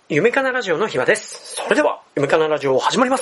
夢かなラジオの暇です。それでは、夢かなラジオ始まります。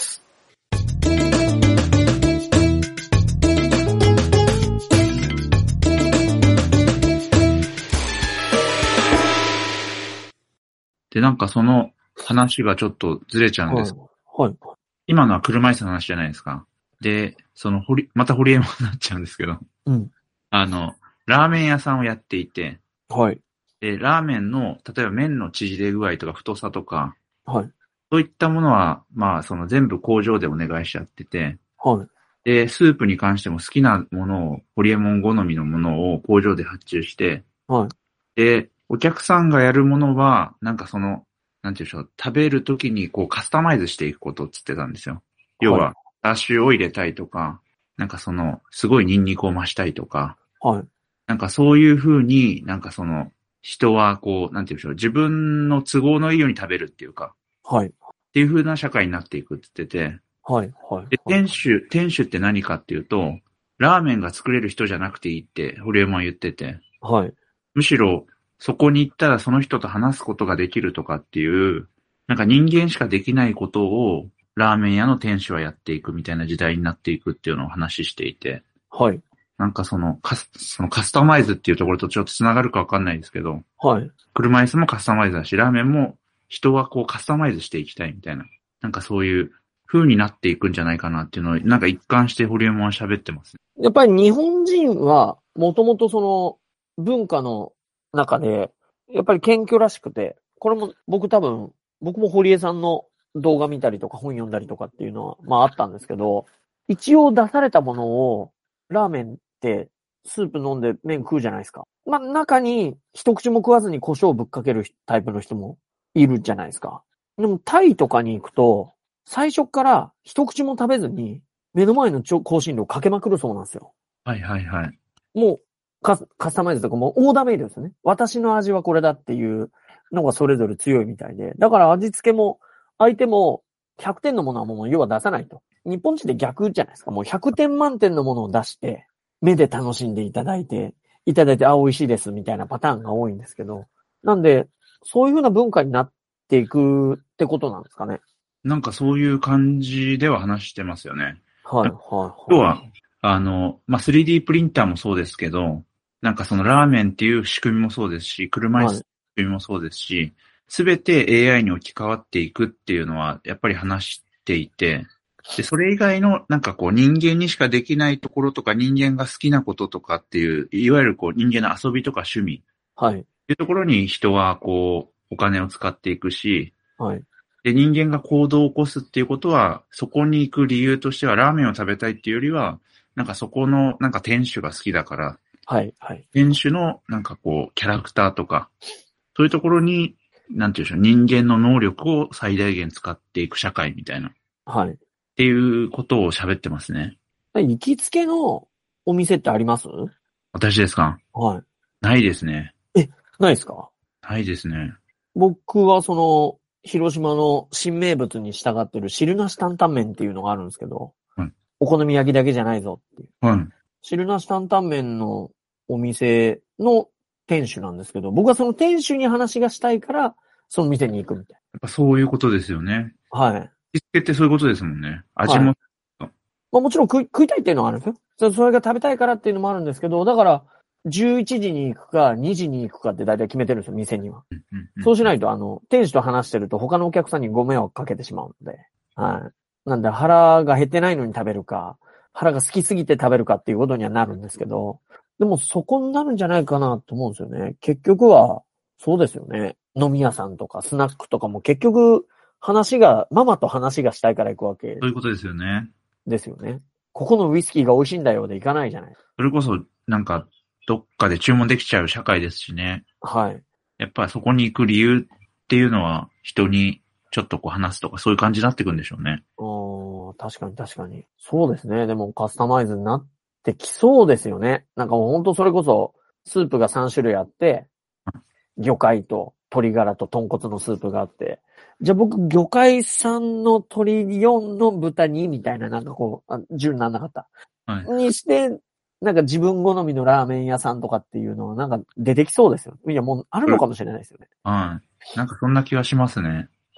で、なんかその話がちょっとずれちゃうんです。 はい。 今のは車椅子の話じゃないですか。で、またホリエモンになっちゃうんですけど。 うん。 ラーメン屋さんをやっていて、 はい。 で、ラーメンの、例えば麺の縮れ具合とか太さとか、 はい。 そういったものは、全部工場でお願いしちゃってて、 はい。 で、スープに関しても好きなものを、ホリエモン好みのものを工場で発注して、 はい。 で、お客さんがやるものは、なんていうんでしょう、食べるときにこうカスタマイズしていくことって言ってたんですよ。要は、ダッシュを入れたいとか、すごいニンニクを増したいとか、 はい。 そういうふうに、人はこう、なんていうんでしょう、自分の都合のいいように食べるっていうか、 はい。 っていうふうな社会になっていくって言ってて、 はい。はい。 で、店主って何かっていうと、ラーメンが作れる人じゃなくていいって、ホリエモンは言ってて、 はい。 むしろ、そこに行ったらその人と話すことができるとかっていう、なんか人間しかできないことを、ラーメン屋の店主はやっていくみたいな時代になっていくっていうのを話していて、 はい。 そのカスタマイズっていうところとちょっと繋がるかわかんないですけど、 はい。 車椅子もカスタマイズだし、ラーメンも人はこうカスタマイズしていきたいみたいな、そういう風になっていくんじゃないかなっていうのを、一貫してホリエモンは喋ってますね。 やっぱり日本人は、もともとその文化の中で、やっぱり謙虚らしくて、これも僕も堀江さんの動画見たりとか本読んだりとかっていうのは、まああったんですけど、一応出されたものを、ラーメンってスープ飲んで麺食うじゃないですか。まあ中に一口も食わずに胡椒をぶっかけるタイプの人もいるじゃないですか。でもタイとかに行くと、最初から一口も食べずに、目の前の香辛料をかけまくるそうなんですよ。 はいはいはい。 もうカスタマイズとかもオーダーメイドですよね。私の味はこれだっていうのがそれぞれ強いみたいで。だから味付けも、相手も100点のものはもう要は出さないと。日本人って逆じゃないですか。もう100点満点のものを出して、目で楽しんでいただいて、あ、美味しいですみたいなパターンが多いんですけど。なんで、そういう風な文化になっていくってことなんですかね。 そういう感じでは話してますよね。 はい、 要は、3D プリンターもそうですけど、ラーメンっていう仕組みもそうですし、車椅子っていう仕組みもそうですし、すべて AI に置き換わっていくっていうのは、やっぱり話していて、で、それ以外の、人間にしかできないところとか、人間が好きなこととかっていう、いわゆる人間の遊びとか趣味。 はい。 っていうところに人はお金を使っていくし、 はい。 で、人間が行動を起こすっていうことは、そこに行く理由としては、ラーメンを食べたいっていうよりは、そこの、店主が好きだから、 はい。はい。 店主の、キャラクターとか、そういうところに、なんていうんでしょう、人間の能力を最大限使っていく社会みたいな、っはい。 ていうことを喋ってますね。 行きつけのお店ってあります？ 私ですか？ はい。 ないですね。 ないですか？ ないですね。 僕は広島の新名物に従ってる汁なし担々麺っていうのがあるんですけど、 はい。 お好み焼きだけじゃないぞっていう。 はい。 汁なし担々麺のお店の店主なんですけど、僕はその店主に話がしたいから、その店に行くみたいやっぱそういうことですよね。 な。はい。 行きつけってそういうことですもんね。味はい。 も。 まあもちろん食いたいっていうのはあるんですよ。それが食べたいからっていうのもあるんですけど、だから、11時に行くか、2時に行くかって大体決めてるんですよ、店には。そうしないと、店主と話してると他のお客さんにご迷惑かけてしまうので。はい。なんで腹が減ってないのに食べるか、腹が好きすぎて食べるかっていうことにはなるんですけど、でもそこになるんじゃないかなと思うんですよね。結局は、そうですよね。飲み屋さんとかスナックとかも結局、ママと話がしたいから行くわけそういうことですよね。 ですよね。ここのウイスキーが美味しいんだよで行かないじゃない。 それこそ、どっかで注文できちゃう社会ですしね。 はい。 やっぱりそこに行く理由っていうのは、人にちょっと話すとか、そういう感じになってくんでしょうね。 確かに確かに。そうですね。でもカスタマイズになってきそうですよね。なんかもう本当それこそ、スープが3種類あって、魚介と鶏ガラと豚骨のスープがあって、じゃあ僕魚介3の鶏4の豚2みたいな順なんなかった。 はい。 にして、なんか自分好みのラーメン屋さんとかっていうのはなんか出てきそうですよ。いやもうあるのかもしれないですよね。 はい。そんな気がしますね。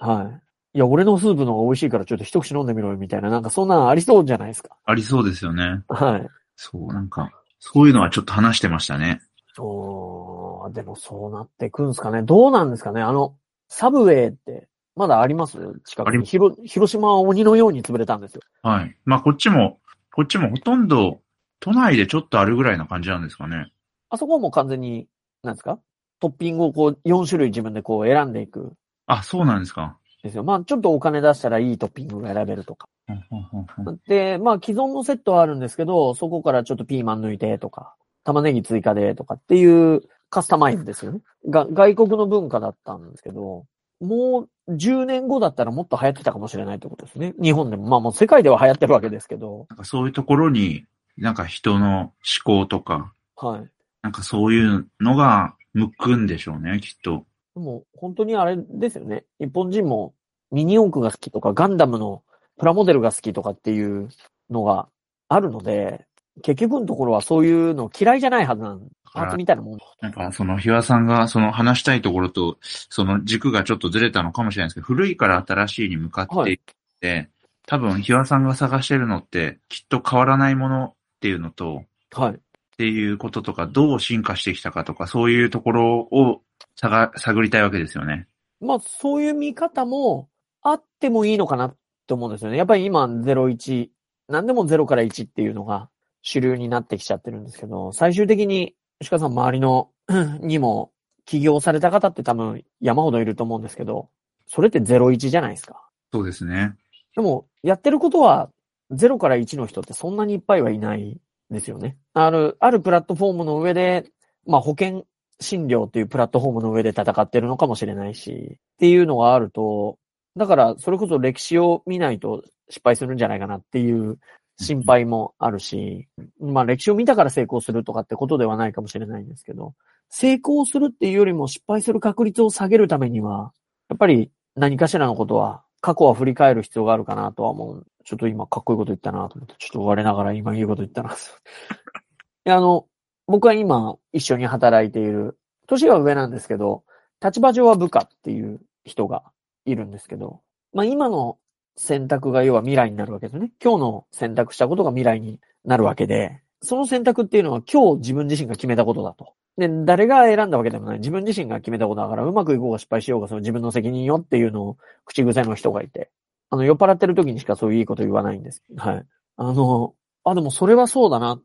はい。いや、俺のスープの方が美味しいからちょっと一口飲んでみろよみたいな、なんかそんなのありそうじゃないですか。 ありそうですよね。 はい。 そう、なんか、そういうのはちょっと話してましたね。 でもそうなってくんすかね。どうなんですかね。サブウェイって、まだあります近あり、 くに。広島は鬼のように潰れたんですよ。 はい。まあ、こっちもほとんど、都内でちょっとあるぐらいな感じなんですかね。 あそこはもう完全に、なんですかトッピングをこう、4種類自分でこう選んでいく。 あ、そうなんですか。 ですよ。まあ、ちょっとお金出したらいいトッピングが選べるとか。 ほんほんほんほんで、まあ、既存のセットはあるんですけど、そこからちょっとピーマン抜いてとか、玉ねぎ追加でとかっていうカスタマイズですよね。外国の文化だったんですけど、もう10年後だったらもっと流行ってたかもしれないってことですね。日本でも。まあもう世界では流行ってるわけですけど。 なんかそういうところに、なんか人の思考とか、 はい。 なんかそういうのが向くんでしょうね、きっと。 でも本当にあれですよね。日本人もミニ四駆が好きとかガンダムのプラモデルが好きとかっていうのがあるので、結局のところはそういうの嫌いじゃないはずなんパーツみたいなもん。 なんかそのひわさんがその話したいところと、その軸がちょっとずれたのかもしれないですけど、古いから新しいに向かっていっはい。 て、多分ひわさんが探してるのってきっと変わらないものっていうのと、 はい。 っていうこととか、どう進化してきたかとか、そういうところを探りたいわけですよね。 まあ、そういう見方もあってもいいのかなって思うんですよね。やっぱり今01、何でも0から1っていうのが主流になってきちゃってるんですけど、最終的に、吉川さん周りのにも起業された方って多分山ほどいると思うんですけど、それって01じゃないですか。 そうですね。 でも、やってることは0から1の人ってそんなにいっぱいはいないですよね。あるプラットフォームの上で、まあ保険診療っていうプラットフォームの上で戦ってるのかもしれないし、っていうのがあると、だからそれこそ歴史を見ないと失敗するんじゃないかなっていう心配もあるし、まあ歴史を見たから成功するとかってことではないかもしれないんですけど、成功するっていうよりも失敗する確率を下げるためには、やっぱり何かしらのことは、過去は振り返る必要があるかなとは思う。ちょっと今かっこいいこと言ったなと思って、ちょっと我ながら今言うこと言ったな。いや、僕は今一緒に働いている、年は上なんですけど、立場上は部下っていう人がいるんですけど、まあ今の選択が要は未来になるわけですね。今日の選択したことが未来になるわけで、その選択っていうのは今日自分自身が決めたことだと。で、誰が選んだわけでもない。自分自身が決めたことだから、うまくいこうが失敗しようが、その自分の責任よっていうのを口癖の人がいて。酔っ払ってる時にしかそういういいこと言わないんです。はい。でもそれはそうだなって。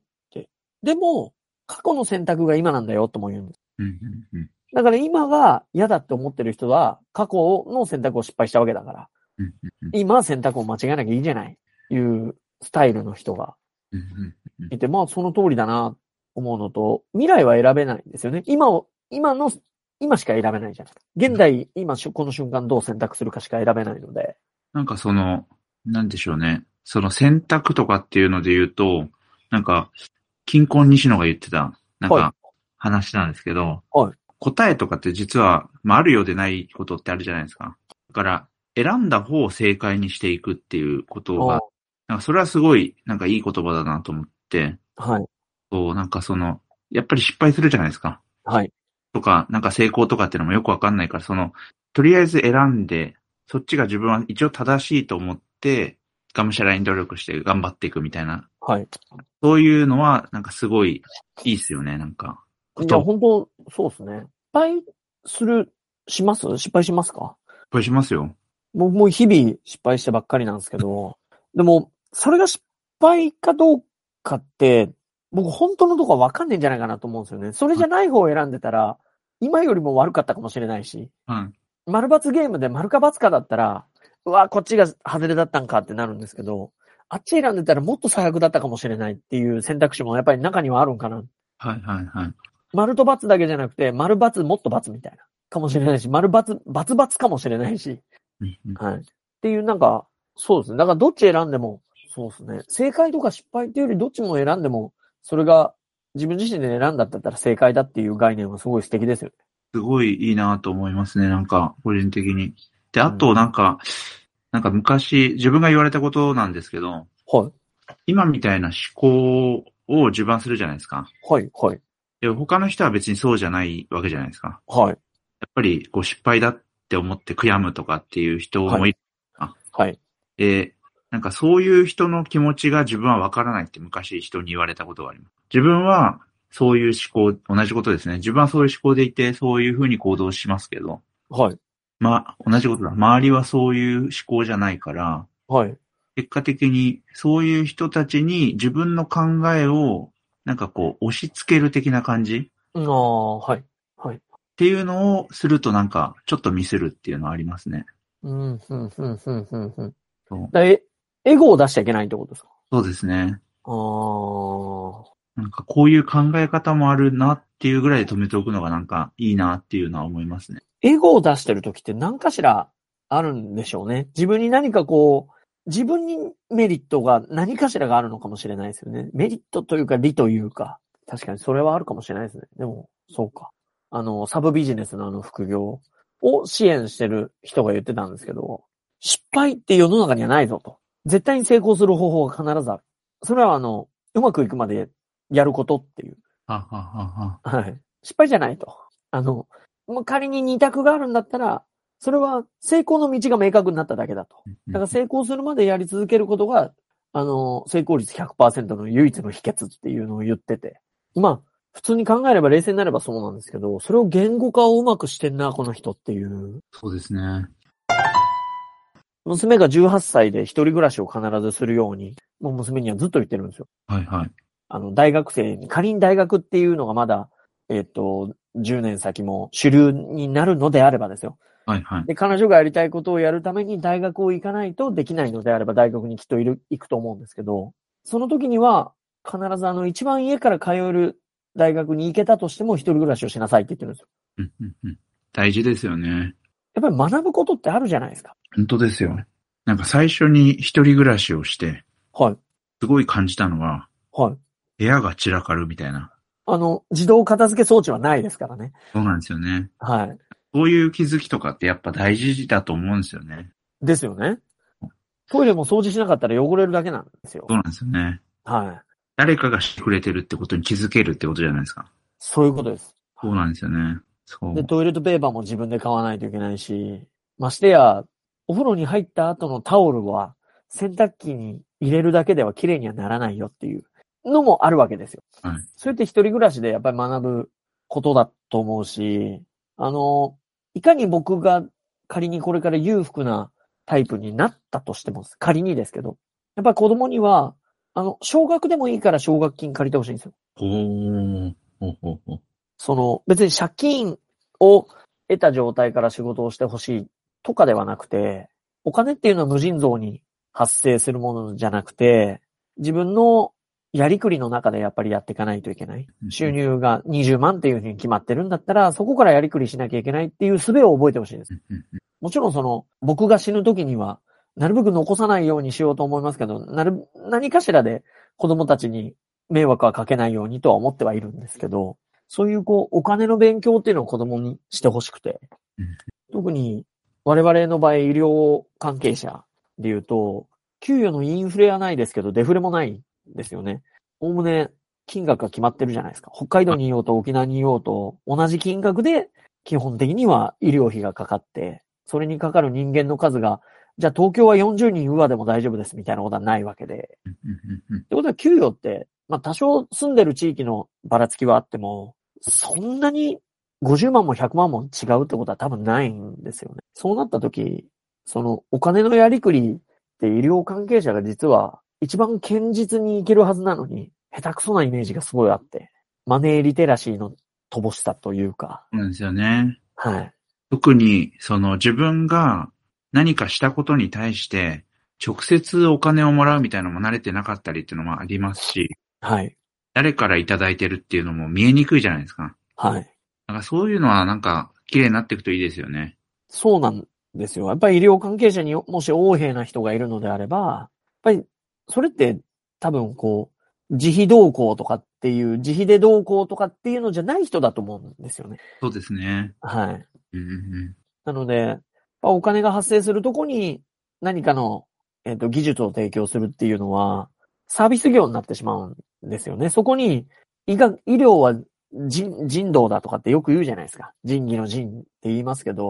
でも、過去の選択が今なんだよとも言うんです。 うんうんうんだから今が嫌だって思ってる人は、過去の選択を失敗したわけだから、 うんうん今は選択を間違えなきゃいいじゃない。いうスタイルの人がうんうんうんいて、まあその通りだな、思うのと、未来は選べないんですよね。今しか選べないじゃない。現代、この瞬間どう選択するかしか選べないので。 なんかその、なんでしょうね。その選択とかっていうので言うと、なんか、金婚西野が言ってた、なんはい。 か、話なんですけど、 はい。 答えとかって実は、まあ、あるようでないことってあるじゃないですか。だから、選んだ方を正解にしていくっていうことが、 あなんかそれはすごい、なんかいい言葉だなと思って、 はい。 そう、なんかその、やっぱり失敗するじゃないですか。 はい。 とか、なんか成功とかっていうのもよくわかんないから、その、とりあえず選んで、そっちが自分は一応正しいと思って、がむしゃらに努力して頑張っていくみたいな、 はい。 そういうのは、なんかすごいいいっすよね、なんか。 いや、本当そうですね。失敗しますか？ 失敗しますよ。 僕も日々失敗してばっかりなんですけど、でも、それが失敗かどうかって、僕本当のとこはわかんないんじゃないかなと思うんですよね。それじゃない方を選んでたら、今よりも悪かったかもしれないし、 はい。 丸×ゲームで丸か×かだったら、うわ、こっちが外れだったんかってなるんですけど、あっち選んでたらもっと最悪だったかもしれないっていう選択肢もやっぱり中にはあるんかな。 はいはいはい。 丸と×だけじゃなくて、丸×もっと×みたいな。かもしれないし、丸×、××かもしれないし。 うんうんはい。っていうなんか、そうですね。だからどっち選んでも、そうですね。正解とか失敗っていうよりどっちも選んでも、それが自分自身で選んだったら正解だっていう概念はすごい素敵ですよね。 すごいいいなと思いますね、なんか、個人的に。で、あと、なんか昔、自分が言われたことなんですけど、 はい。 今みたいな思考を自慢するじゃないですか。 はい、はい、 で、他の人は別にそうじゃないわけじゃないですか。 はい。 やっぱり、こう失敗だっって思って悔やむとかっていう人もいる。 はい。 なんかそういう人の気持ちが自分はわからないって昔人に言われたことがあります。自分はそういう思考、同じことですね。自分はそういう思考でいて、そういうふうに行動しますけど、 はい。 同じことだ。周りはそういう思考じゃないから、 はい。 結果的にそういう人たちに自分の考えをなんかこう押し付ける的な感じああ、はい。はい。 っていうのをするとなんかちょっとミスるっていうのはありますね。 うん、ふん、ふん、ふん、ふん、ふん。 そう、 エゴを出しちゃいけないってことですか？ そうですね。 ああ。 なんかこういう考え方もあるなっていうぐらいで止めておくのがなんかいいなっていうのは思いますね。 エゴを出してる時って何かしらあるんでしょうね。自分に何かこう、自分にメリットが何かしらがあるのかもしれないですよね。メリットというか利というか。確かにそれはあるかもしれないですね。でも、そうか。サブビジネスの副業を支援してる人が言ってたんですけど、失敗って世の中にはないぞと。絶対に成功する方法が必ずある。それはうまくいくまでやることっていう。 はははは。 はい。失敗じゃないと。仮に二択があるんだったら、それは成功の道が明確になっただけだと。だから成功するまでやり続けることが、成功率 100% の唯一の秘訣っていうのを言ってて。まあ、普通に考えれば冷静になればそうなんですけど、それを言語化をうまくしてんな、この人っていう。 そうですね。 娘が18歳で一人暮らしを必ずするように、もう娘にはずっと言ってるんですよ。 はいはい。 大学生に、仮に大学っていうのがまだ、10年先も主流になるのであればですよ。 はいはい。 で、彼女がやりたいことをやるために大学を行かないとできないのであれば大学にきっと行くと思うんですけど、その時には必ず一番家から通える大学に行けたとしても一人暮らしをしなさいって言ってるんですよ。 うんうんうん。大事ですよね。 やっぱり学ぶことってあるじゃないですか。 本当ですよ。なんか最初に一人暮らしをして、 はい。 すごい感じたのは、 はい。 部屋が散らかるみたいな。 自動片付け装置はないですからね。 そうなんですよね。 はい。 そういう気づきとかってやっぱ大事だと思うんですよね。 ですよね。トイレも掃除しなかったら汚れるだけなんですよ。 そうなんですよね。 はい。 誰かがしてくれてるってことに気づけるってことじゃないですか。 そういうことです。 そうなんですよね。そで、 う。 トイレットペーパーも自分で買わないといけないし、ましてや、お風呂に入った後のタオルは洗濯機に入れるだけでは綺麗にはならないよっていうのもあるわけですよ。 はい。 それって一人暮らしでやっぱり学ぶことだと思うし、いかに僕が仮にこれから裕福なタイプになったとしても、仮にですけど、やっぱり子供には、少額でもいいから奨学金借りてほしいんですよ。 ほー。ほうほうほう。 別に借金を得た状態から仕事をしてほしいとかではなくて、お金っていうのは無尽蔵に発生するものじゃなくて、自分のやりくりの中でやっぱりやっていかないといけない。収入が20万っていうふうに決まってるんだったら、そこからやりくりしなきゃいけないっていう術を覚えてほしいんです。もちろん僕が死ぬ時には、なるべく残さないようにしようと思いますけど、何かしらで子供たちに迷惑はかけないようにとは思ってはいるんですけど、そういうお金の勉強っていうのを子供にしてほしくて。特に我々の場合医療関係者で言うと、給与のインフレはないですけど、デフレもないんですよね。おおむね金額が決まってるじゃないですか。北海道にいようと沖縄にいようと、同じ金額で基本的には医療費がかかって、それにかかる人間の数が、じゃあ東京は40人上でも大丈夫ですみたいなことはないわけで。ってことは給与って、多少住んでる地域のばらつきはあっても、そんなに50万も100万も違うってことは多分ないんですよね。そうなった時、お金のやりくりって医療関係者が実は一番堅実にいけるはずなのに、下手くそなイメージがすごいあって、マネーリテラシーの乏しさというか。 そうなんですよね。 はい。 特に、自分が何かしたことに対して、直接お金をもらうみたいなのも慣れてなかったりっていうのもありますし、 はい。 誰からいただいてるっていうのも見えにくいじゃないですか。 はい。 なんかそういうのはなんか綺麗になっていくといいですよね。 そうなんですよ。やっぱり医療関係者にもし横柄な人がいるのであれば、やっぱりそれって多分自費同行とかっていう、自費で同行とかっていうのじゃない人だと思うんですよね。 そうですね。 はい。 うんうんなので、お金が発生するとこに何かの、技術を提供するっていうのは、サービス業になってしまうんですよね。そこに、医療は人道だとかってよく言うじゃないですか。仁義の仁って言いますけど、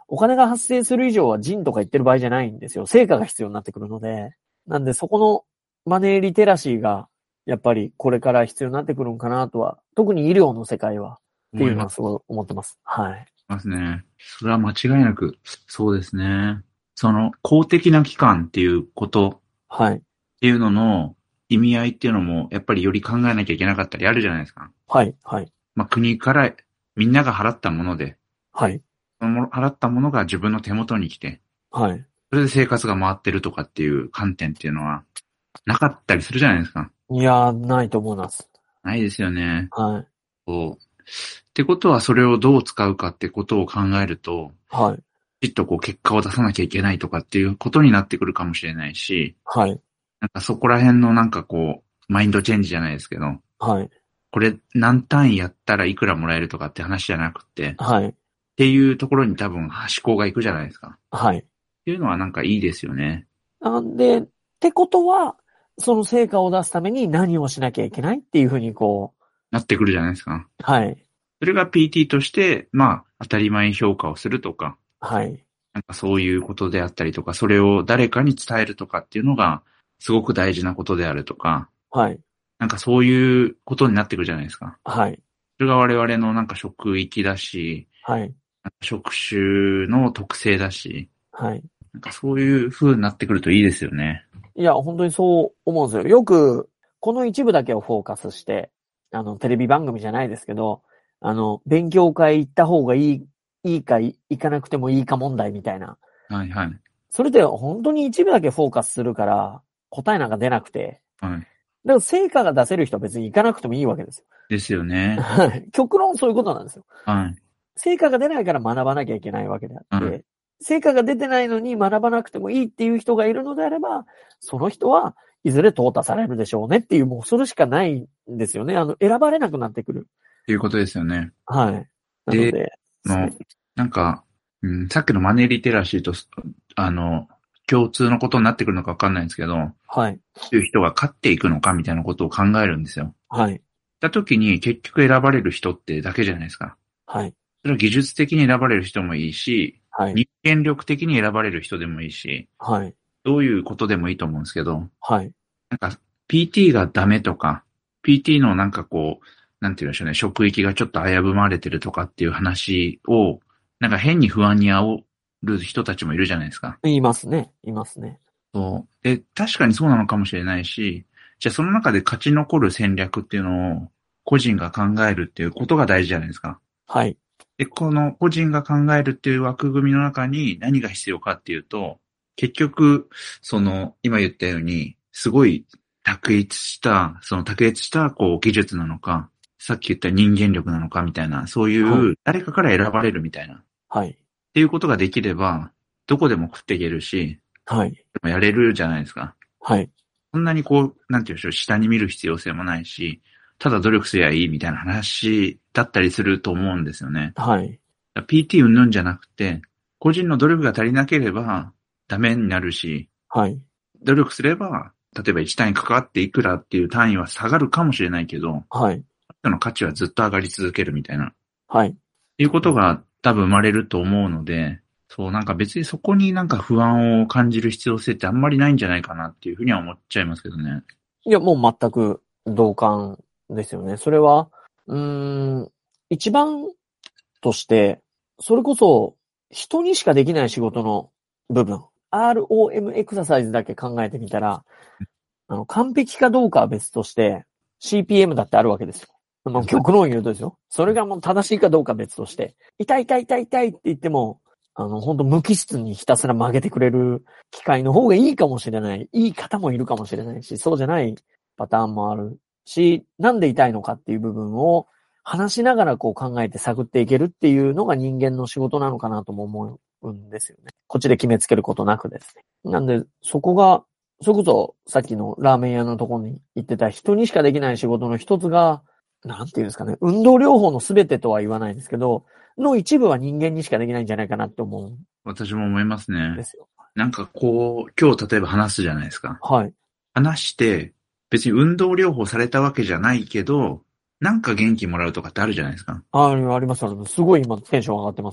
お金が発生する以上は人とか言ってる場合じゃないんですよ。成果が必要になってくるので。なんでそこのマネーリテラシーが、やっぱりこれから必要になってくるんかなとは、特に医療の世界は、っていうのはすごい思ってます。はい。 ますね。それは間違いなく、そうですね。その公的な機関っていうことはい。 っていうのの意味合いっていうのも、やっぱりより考えなきゃいけなかったりあるじゃないですか。 はい。はい。 まあ国からみんなが払ったもので、 はい。 その払ったものが自分の手元に来て、 はい。 それで生活が回ってるとかっていう観点っていうのは、なかったりするじゃないですか。 いやー、ないと思います。 ないですよね。 はい。 こう。ってことはそれをどう使うかってことを考えると、 はい。 きちっとこう結果を出さなきゃいけないとかっていうことになってくるかもしれないし、 はい。 なんかそこら辺のなんかこう、マインドチェンジじゃないですけど、 はい。 これ何単位やったらいくらもらえるとかって話じゃなくて、っはい。 ていうところに多分思考がいくじゃないですか。っはい。 ていうのはなんかいいですよね。 なんで、ってことは、その成果を出すために何をしなきゃいけないっていうふうになってくるじゃないですか。 はい。 それが PT として、まあ、当たり前評価をするとか、 はい。 なんかそういうことであったりとか、それを誰かに伝えるとかっていうのが、すごく大事なことであるとか、 はい。 なんかそういうことになってくるじゃないですか。 はい。 それが我々のなんか職域だし、 はい。 なんか職種の特性だし、 はい。 なんかそういう風になってくるといいですよね。 いや、本当にそう思うんですよ。よく、この一部だけをフォーカスして、テレビ番組じゃないですけど、勉強会行った方がいいか、行かなくてもいいか問題みたいな。 はいはい。 それで本当に一部だけフォーカスするから、答えなんか出なくて。 はい。 だから成果が出せる人は別に行かなくてもいいわけですよ。 ですよね。 はい。極論そういうことなんですよ。 はい。 成果が出ないから学ばなきゃいけないわけであっはい。 て、成果が出てないのに学ばなくてもいいっていう人がいるのであれば、その人はいずれ淘汰されるでしょうねっていう、もうそれしかないんですよね。選ばれなくなってくる。 っていうことですよね。 はい。なので、 で、 の、なんか、さっきのマネーリテラシーと、あの、共通のことになってくるのかわかんないんですけど、 はい。 いう人が勝っていくのかみたいなことを考えるんですよ。 はい。 た時に結局選ばれる人ってだけじゃないですか。 はい。 それは技術的に選ばれる人もいいし、 はい。 人間力的に選ばれる人でもいいし、 はい。 どういうことでもいいと思うんですけど、 はい。 なんか PT がダメとか、PT のなんかこう、なんて言うんでしょうね、職域がちょっと危ぶまれてるとかっていう話を、なんか変に不安に煽る人たちもいるじゃないですか。 いますね。いますね。 そう。で、確かにそうなのかもしれないし、じゃあその中で勝ち残る戦略っていうのを個人が考えるっていうことが大事じゃないですか。 はい。 で、この個人が考えるっていう枠組みの中に何が必要かっていうと、結局、今言ったように、すごい卓越した、こう、技術なのか、さっき言った人間力なのかみたいな、そうはい。 いう、誰かから選ばれるみたいな、っはい。 ていうことができれば、どこでも食っていけるし、 はい。 でもやれるじゃないですか。 はい。 そんなにこう、なんて言うんでしょう、下に見る必要性もないし、ただ努力すりゃいいみたいな話だったりすると思うんですよね。 はい。 PT 云々じゃなくて、個人の努力が足りなければダメになるし、 はい。 努力すれば、例えば1単位関わっていくらっていう単位は下がるかもしれないけど、 はい。 その価値はずっと上がり続けるみたいな、っはい。 ていうことが多分生まれると思うので、そう、なんか別にそこになんか不安を感じる必要性ってあんまりないんじゃないかなっていうふうには思っちゃいますけどね。 いや、もう全く同感ですよね。それは、うーん、一番として、それこそ人にしかできない仕事の部分、ROM エクササイズだけ考えてみたら、完璧かどうかは別として、CPM だってあるわけですよ。極論言うとですよ。それがもう正しいかどうかは別として、痛い痛い痛い痛いって言っても、本当無機質にひたすら曲げてくれる機械の方がいいかもしれない。いい方もいるかもしれないし、そうじゃないパターンもあるし、なんで痛いのかっていう部分を話しながらこう考えて探っていけるっていうのが人間の仕事なのかなとも思うんですよね。こっちで決めつけることなくですね。なんで、そこが、それこそさっきのラーメン屋のところに言ってた人にしかできない仕事の一つが、なんていうんですかね、運動療法の全てとは言わないですけど、の一部は人間にしかできないんじゃないかなって思うん私も思いますね。 ですよ。 なんかこう、今日例えば話すじゃないですか。 はい。 話して、別に運動療法されたわけじゃないけど、なんか元気もらうとかってあるじゃないですか。 あります。すごい今テンション上がってます。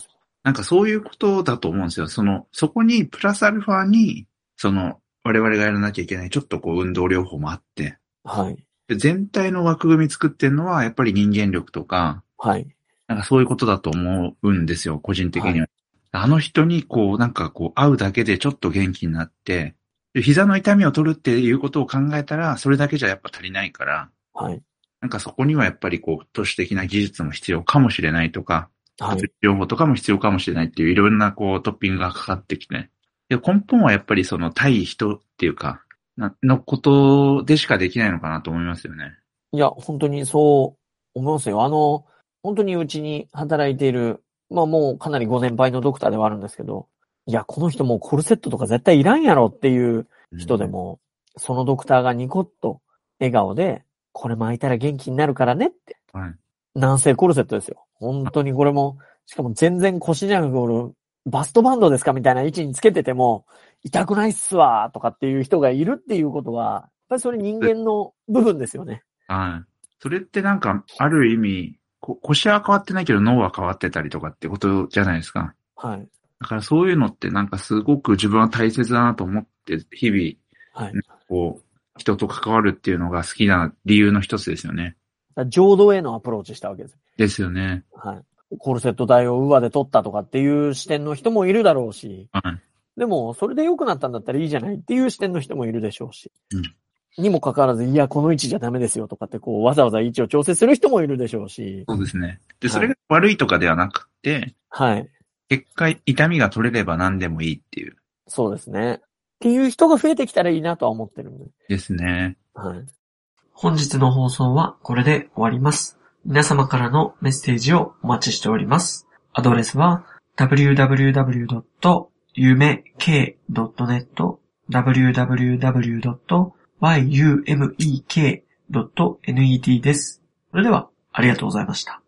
なんかそういうことだと思うんですよ。そこにプラスアルファに、我々がやらなきゃいけないちょっとこう運動療法もあって、 はい。 で全体の枠組み作ってるのはやっぱり人間力とか、 はい。 なんかそういうことだと思うんですよ、個人的はい。 には。あの人にこう、なんかこう、会うだけでちょっと元気になって、で膝の痛みを取るっていうことを考えたら、それだけじゃやっぱ足りないから、 はい。 なんかそこにはやっぱりこう、都市的な技術も必要かもしれないとか、 はい。 物理療法とかも必要かもしれないっていういろんなこう、トッピングがかかってきて、で根本はやっぱりその対人っていうか、のことでしかできないのかなと思いますよね。 いや、本当にそう思いますよ。本当にうちに働いている、まあもうかなりご年配のドクターではあるんですけど、いや、この人もうコルセットとか絶対いらんやろっていう人でも、そのドクターがニコッと笑顔で、これ巻いたら元気になるからねって。 はい。 軟性コルセットですよ。本当にこれも、しかも全然腰じゃなくて、バストバンドですかみたいな位置につけてても、痛くないっすわとかっていう人がいるっていうことは、やっぱりそれ人間の部分ですよね。 はい。それってなんか、ある意味、腰は変わってないけど脳は変わってたりとかってことじゃないですか。 はい。 だからそういうのってなんかすごく自分は大切だなと思って、日はい。 々、こう、人と関わるっていうのが好きな理由の一つですよね。 浄土へのアプローチしたわけです。 ですよね。 はい。コルセット代を上で取ったとかっていう視点の人もいるだろうし、 はい。 でも、それで良くなったんだったらいいじゃないっていう視点の人もいるでしょうし。 うん。 にもかかわらず、いや、この位置じゃダメですよとかってこう、わざわざ位置を調整する人もいるでしょうし。 そうですね。で、そはい。 れが悪いとかではなくて、 はい。 結果、痛みが取れれば何でもいいっていう。 そうですね。っていう人が増えてきたらいいなとは思ってるんで。 ですね。 はい。本日の放送はこれで終わります。皆様からのメッセージをお待ちしております。アドレスは www.yumek.net www.yumek.net です。それではありがとうございました。